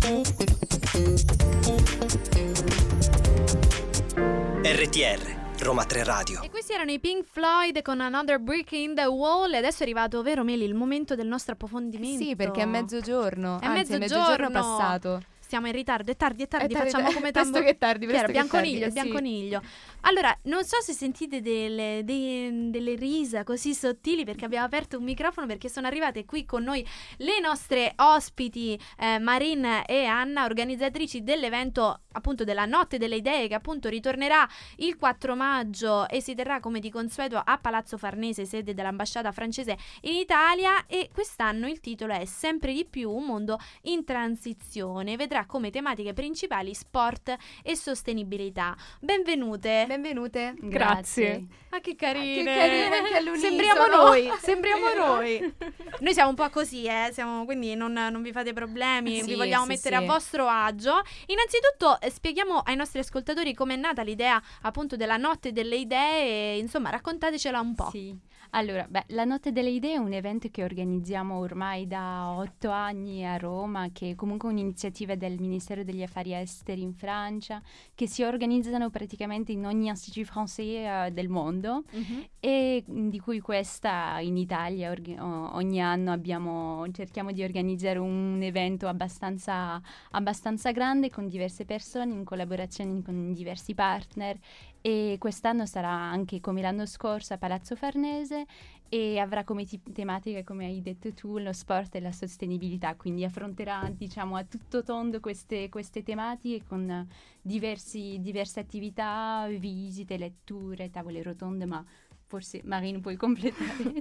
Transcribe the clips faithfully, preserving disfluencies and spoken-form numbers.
R T R Roma tre Radio. E questi erano i Pink Floyd con Another Brick in the Wall. E adesso è arrivato, vero Meli, il momento del nostro approfondimento. Sì, perché è mezzogiorno. È Anzi, mezzogiorno. è mezzogiorno passato. Siamo in ritardo, è tardi, è tardi, È tardi, facciamo è come presto tambo- che tardi, Chi era? presto che Bianconiglio, il tardi, sì. bianconiglio. Allora, non so se sentite delle, dei- delle risa così sottili perché abbiamo aperto un microfono, perché sono arrivate qui con noi le nostre ospiti eh, Marin e Anna, organizzatrici dell'evento appunto della Notte delle Idee, che appunto ritornerà il quattro maggio e si terrà come di consueto a Palazzo Farnese, sede dell'ambasciata francese in Italia. E quest'anno il titolo è Sempre di più, un mondo in transizione. Vedrà come tematiche principali sport e sostenibilità. Benvenute. Benvenute. Grazie. Ah, che carine. Che carine anche all'unisono. Sembriamo noi, sembriamo noi. Noi siamo un po' così, eh, siamo, quindi non, non vi fate problemi, Sì, vi vogliamo sì, mettere sì. a vostro agio. Innanzitutto eh, spieghiamo ai nostri ascoltatori com'è nata l'idea appunto della Notte delle Idee, e, insomma, raccontatecela un po'. Sì, allora, beh, la Notte delle Idee è un evento che organizziamo ormai da otto anni a Roma, che è comunque un'iniziativa del Ministero degli Affari Esteri in Francia, che si organizzano praticamente in ogni istitut français eh, del mondo, Mhm. e di cui questa in Italia org- o- ogni anno abbiamo, cerchiamo di organizzare un evento abbastanza, abbastanza grande con diverse persone in collaborazione con diversi partner. E quest'anno sarà anche come l'anno scorso a Palazzo Farnese e avrà come ti- tematica, come hai detto tu, lo sport e la sostenibilità, quindi affronterà, diciamo, a tutto tondo queste, queste tematiche con eh, diversi, diverse attività, visite, letture, tavole rotonde, ma forse Marine puoi completare.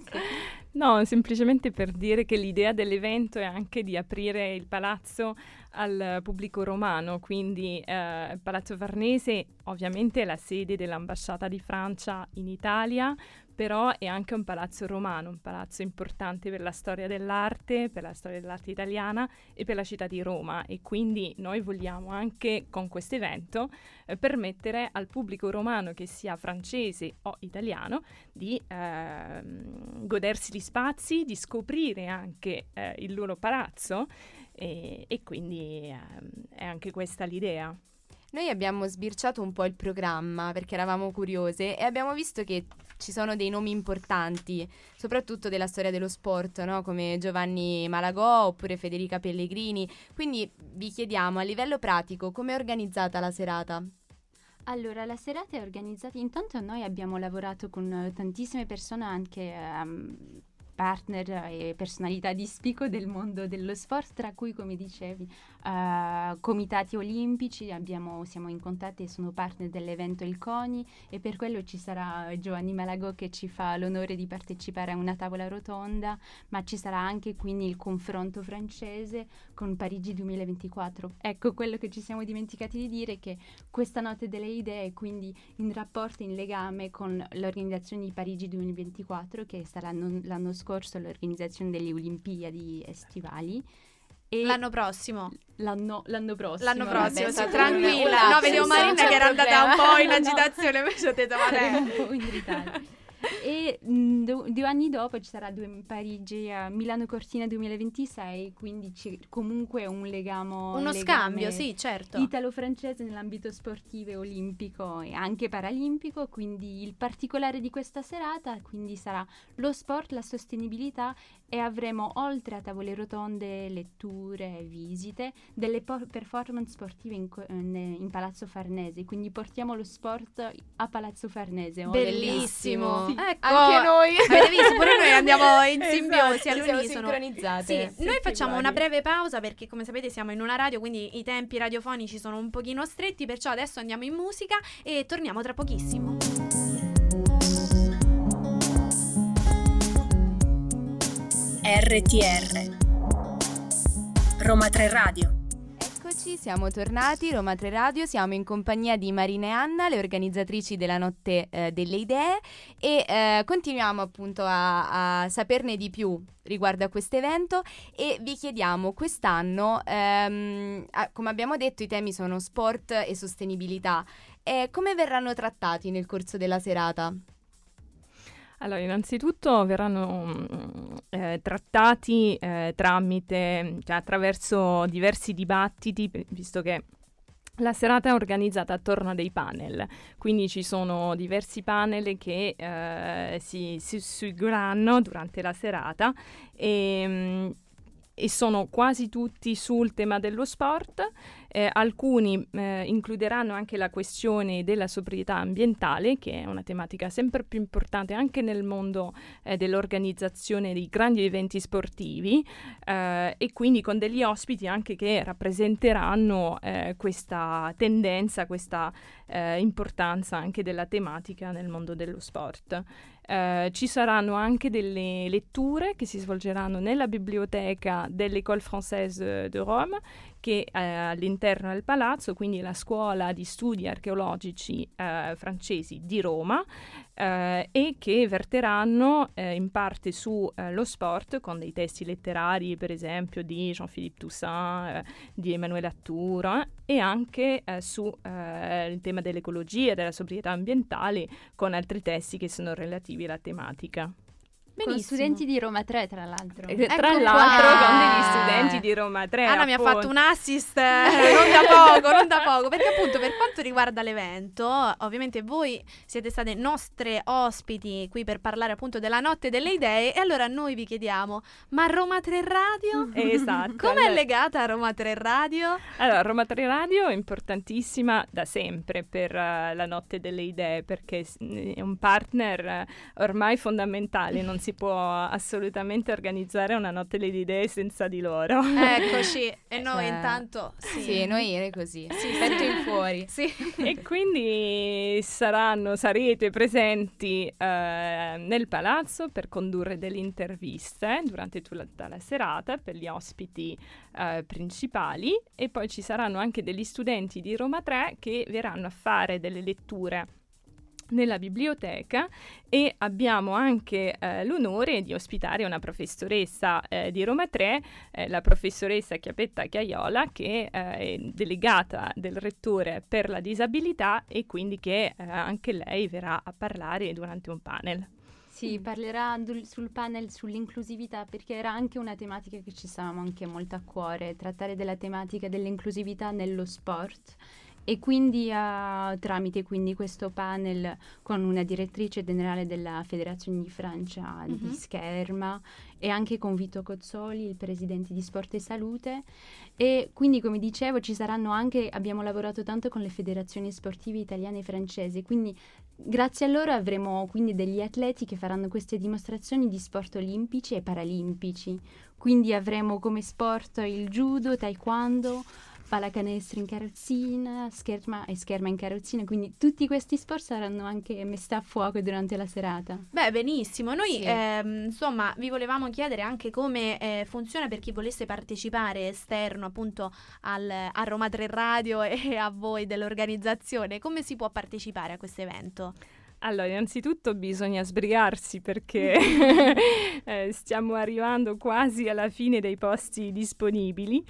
No, semplicemente per dire che l'idea dell'evento è anche di aprire il palazzo al pubblico romano, quindi eh, il Palazzo Farnese ovviamente è la sede dell'ambasciata di Francia in Italia, però è anche un palazzo romano, un palazzo importante per la storia dell'arte, per la storia dell'arte italiana e per la città di Roma, e quindi noi vogliamo anche con questo evento eh, permettere al pubblico romano, che sia francese o italiano, di ehm, godersi gli spazi, di scoprire anche eh, il loro palazzo, e, e quindi ehm, è anche questa l'idea. Noi abbiamo sbirciato un po' il programma perché eravamo curiose e abbiamo visto che ci sono dei nomi importanti, soprattutto della storia dello sport, no? Come Giovanni Malagò oppure Federica Pellegrini. Quindi vi chiediamo, a livello pratico, come è organizzata la serata? Allora, la serata è organizzata, intanto noi abbiamo lavorato con eh, tantissime persone, anche ehm, partner e personalità di spicco del mondo dello sport, tra cui, come dicevi, eh, comitati olimpici, abbiamo, siamo in contatto e sono partner dell'evento Il CONI, e per quello ci sarà Giovanni Malagò che ci fa l'onore di partecipare a una tavola rotonda, ma ci sarà anche quindi il confronto francese con Parigi duemilaventiquattro. Ecco, quello che ci siamo dimenticati di dire è che questa Notte delle Idee è quindi in rapporto, in legame con l'organizzazione di Parigi duemilaventiquattro, che sarà non- l'anno scorso l'organizzazione delle Olimpiadi estivali. E L'anno prossimo. L'anno, l'anno prossimo. L'anno prossimo, vabbè, sì, stato tranquilla. un- un No, lapsus, vedevo non Marina c'è che era andata un problema. po' in No. agitazione, invece ho detto, vabbè. Saremo un po' in ritardo. E mh, do- due anni dopo ci sarà due, Parigi a Milano Cortina duemilaventisei, quindi c'è comunque un legamo Uno legame scambio, sì, certo. italo-francese nell'ambito sportivo e olimpico e anche paralimpico. Quindi il particolare di questa serata quindi sarà lo sport, la sostenibilità, e avremo, oltre a tavole rotonde, letture, visite, delle po- performance sportive in, co- in, in Palazzo Farnese, quindi portiamo lo sport a Palazzo Farnese. oltre a- Bellissimo. Sì. Ecco, Anche noi. avete visto, pure noi andiamo in Esatto, simbiosi ci siamo all'unisono. sincronizzate. Sì, noi facciamo uguali. una breve pausa perché, come sapete, siamo in una radio, quindi i tempi radiofonici sono un pochino stretti, perciò adesso andiamo in musica e torniamo tra pochissimo. R T R Roma tre Radio. Eccoci, siamo tornati, Roma tre Radio, siamo in compagnia di Marina e Anna, le organizzatrici della Notte eh, delle Idee, e eh, continuiamo appunto a, a saperne di più riguardo a questo evento, e vi chiediamo quest'anno, ehm, ah, come abbiamo detto, i temi sono sport e sostenibilità, e come verranno trattati nel corso della serata? Allora, innanzitutto verranno eh, trattati eh, tramite, cioè attraverso diversi dibattiti, visto che la serata è organizzata attorno a dei panel, quindi ci sono diversi panel che eh, si, si seguiranno durante la serata e, e sono quasi tutti sul tema dello sport. Eh, alcuni eh, includeranno anche la questione della sobrietà ambientale, che è una tematica sempre più importante anche nel mondo eh, dell'organizzazione di grandi eventi sportivi, eh, e quindi con degli ospiti anche che rappresenteranno eh, questa tendenza, questa eh, importanza anche della tematica nel mondo dello sport. Uh, ci saranno anche delle letture che si svolgeranno nella biblioteca dell'École Française de Rome, che è all'interno del palazzo, quindi la scuola di studi archeologici uh, francesi di Roma, uh, e che verteranno uh, in parte su uh, lo sport, con dei testi letterari, per esempio di Jean-Philippe Toussaint, uh, di Emmanuel Attura, e anche uh, su uh, il tema dell'ecologia e della sobrietà ambientale, con altri testi che sono relativi alla tematica. Con studenti di Roma tre, tra l'altro. Eh, Ecco tra qua. l'altro con degli studenti di Roma tre. Anna mi ha appunto. fatto un assist eh, non da poco, non da poco, perché appunto per quanto riguarda l'evento, ovviamente voi siete state nostre ospiti qui per parlare appunto della Notte delle Idee, e allora noi vi chiediamo, ma Roma tre Radio? Esatto. Com'è allora, legata a Roma tre Radio? allora, Roma tre Radio è importantissima da sempre per uh, la Notte delle Idee, perché s- è un partner uh, ormai fondamentale, non si può assolutamente organizzare una Notte delle Idee senza di loro. Eccoci, e noi Eh, intanto sì, Sì, noi è così. Sì, petto in fuori. sì. E quindi saranno, sarete presenti eh, nel palazzo per condurre delle interviste durante tutta la serata per gli ospiti eh, principali, e poi ci saranno anche degli studenti di Roma tre che verranno a fare delle letture nella biblioteca, e abbiamo anche eh, l'onore di ospitare una professoressa eh, di Roma tre, eh, la professoressa Chiapetta Chiaiola, che eh, è delegata del rettore per la disabilità, e quindi che eh, anche lei verrà a parlare durante un panel. Sì, parlerà dul- sul panel sull'inclusività, perché era anche una tematica che ci stavamo anche molto a cuore, trattare della tematica dell'inclusività nello sport. E quindi uh, tramite quindi questo panel con una direttrice generale della Federazione di Francia Mhm. di Scherma, e anche con Vito Cozzoli, il presidente di Sport e Salute. E quindi, come dicevo, ci saranno anche, abbiamo lavorato tanto con le federazioni sportive italiane e francesi, quindi grazie a loro avremo quindi degli atleti che faranno queste dimostrazioni di sport olimpici e paralimpici. Quindi avremo come sport il judo, taekwondo, pallacanestro in carrozzina, scherma e scherma in carrozzina, quindi tutti questi sport saranno anche messi a fuoco durante la serata. Beh, benissimo. Noi Sì. ehm, insomma vi volevamo chiedere anche come eh, funziona per chi volesse partecipare esterno appunto al, a Roma tre Radio e a voi dell'organizzazione. Come si può partecipare a questo evento? Allora, innanzitutto bisogna sbrigarsi, perché eh, stiamo arrivando quasi alla fine dei posti disponibili.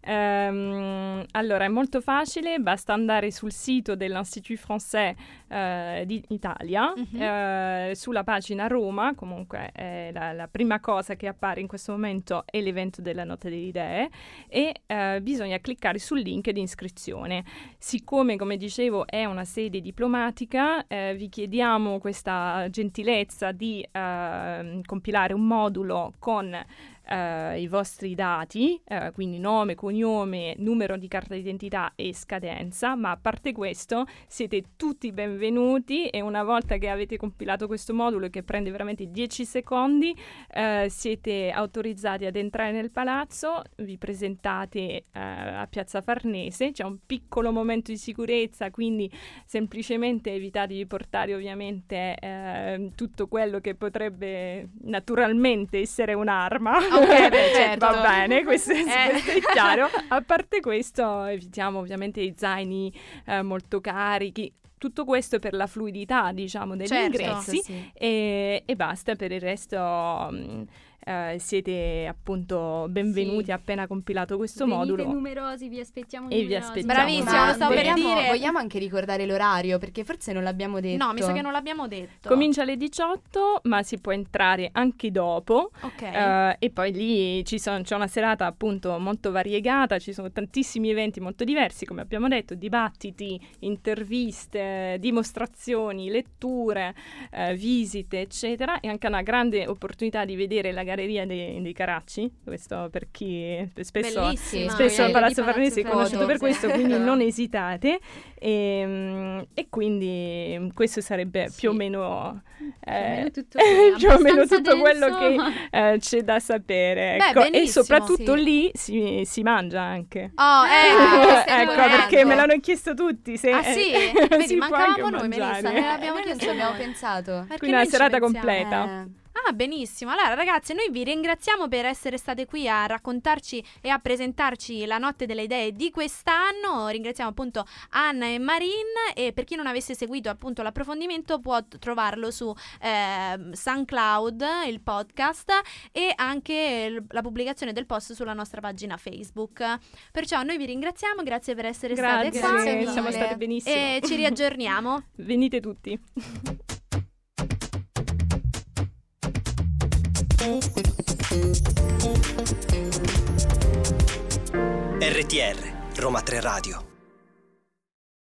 Ehm, allora, è molto facile, basta andare sul sito dell'Institut Français eh, d'Italia, Mhm. eh, sulla pagina Roma, comunque è la, la prima cosa che appare in questo momento è l'evento della Notte delle Idee, e eh, bisogna cliccare sul link di iscrizione. Siccome, come dicevo, è una sede diplomatica, eh, vi chiediamo questa gentilezza di eh, compilare un modulo con eh, i vostri dati, eh, quindi nome, cognome, numero di carta d'identità e scadenza, ma a parte questo siete tutti benvenuti, e una volta che avete compilato questo modulo, che prende veramente dieci secondi, eh, siete autorizzati ad entrare nel palazzo, vi presentate eh, a Piazza Farnese, c'è un piccolo momento di sicurezza, quindi semplicemente evitate di portare ovviamente eh, tutto quello che potrebbe naturalmente essere un'arma. Ok, perfetto. Va bene, questo, Eh. questo è chiaro. A parte questo, evitiamo ovviamente i zaini eh, molto carichi. Tutto questo per la fluidità, diciamo, degli Certo. ingressi, Sì. e, e basta. Per il resto mh, eh, siete appunto benvenuti Sì. appena compilato questo Venite modulo. numerosi, vi aspettiamo E vi numerosi. aspettiamo. Bravissimo, Ma lo stavo per vogliamo, dire. vogliamo anche ricordare l'orario, perché forse non l'abbiamo detto. No, mi sa che non l'abbiamo detto. Comincia alle diciotto, ma si può entrare anche dopo. Ok. Eh, e poi lì ci sono, c'è una serata appunto molto variegata, ci sono tantissimi eventi molto diversi, come abbiamo detto, dibattiti, interviste, dimostrazioni, letture, eh, visite, eccetera, e anche una grande opportunità di vedere la galleria dei, dei Carracci, questo per chi spesso, Bellissima. spesso Sì, il Palazzo di Palazzo Farnese è conosciuto per Farnese. questo, quindi non esitate. E, e quindi questo sarebbe Sì. più o meno Più o meno eh, tutto, è più o meno abbastanza tutto quello denso. che eh, c'è da sapere. Beh, Ecco. E benissimo, soprattutto sì. lì si, si mangia anche. Oh, Eh, eh, stai ecco, volando. perché me l'hanno chiesto tutti. Se, Ah sì? eh, Vedi, si può mancavamo anche noi, mangiare. Melissa, non l'abbiamo Eh, noi non ci chiesto abbiamo noi. pensato. Perché Quindi una noi ci serata pensiamo. completa. Eh. Ah, benissimo. Allora, ragazze, noi vi ringraziamo per essere state qui a raccontarci e a presentarci la Notte delle Idee di quest'anno. Ringraziamo appunto Anna e Marin, e per chi non avesse seguito appunto l'approfondimento può t- trovarlo su eh, SoundCloud, il podcast, e anche l- la pubblicazione del post sulla nostra pagina Facebook. Perciò noi vi ringraziamo, grazie per essere Grazie, state qua. Grazie siamo mille. state benissimo. E ci riaggiorniamo. Venite tutti. R T R, Roma tre Radio.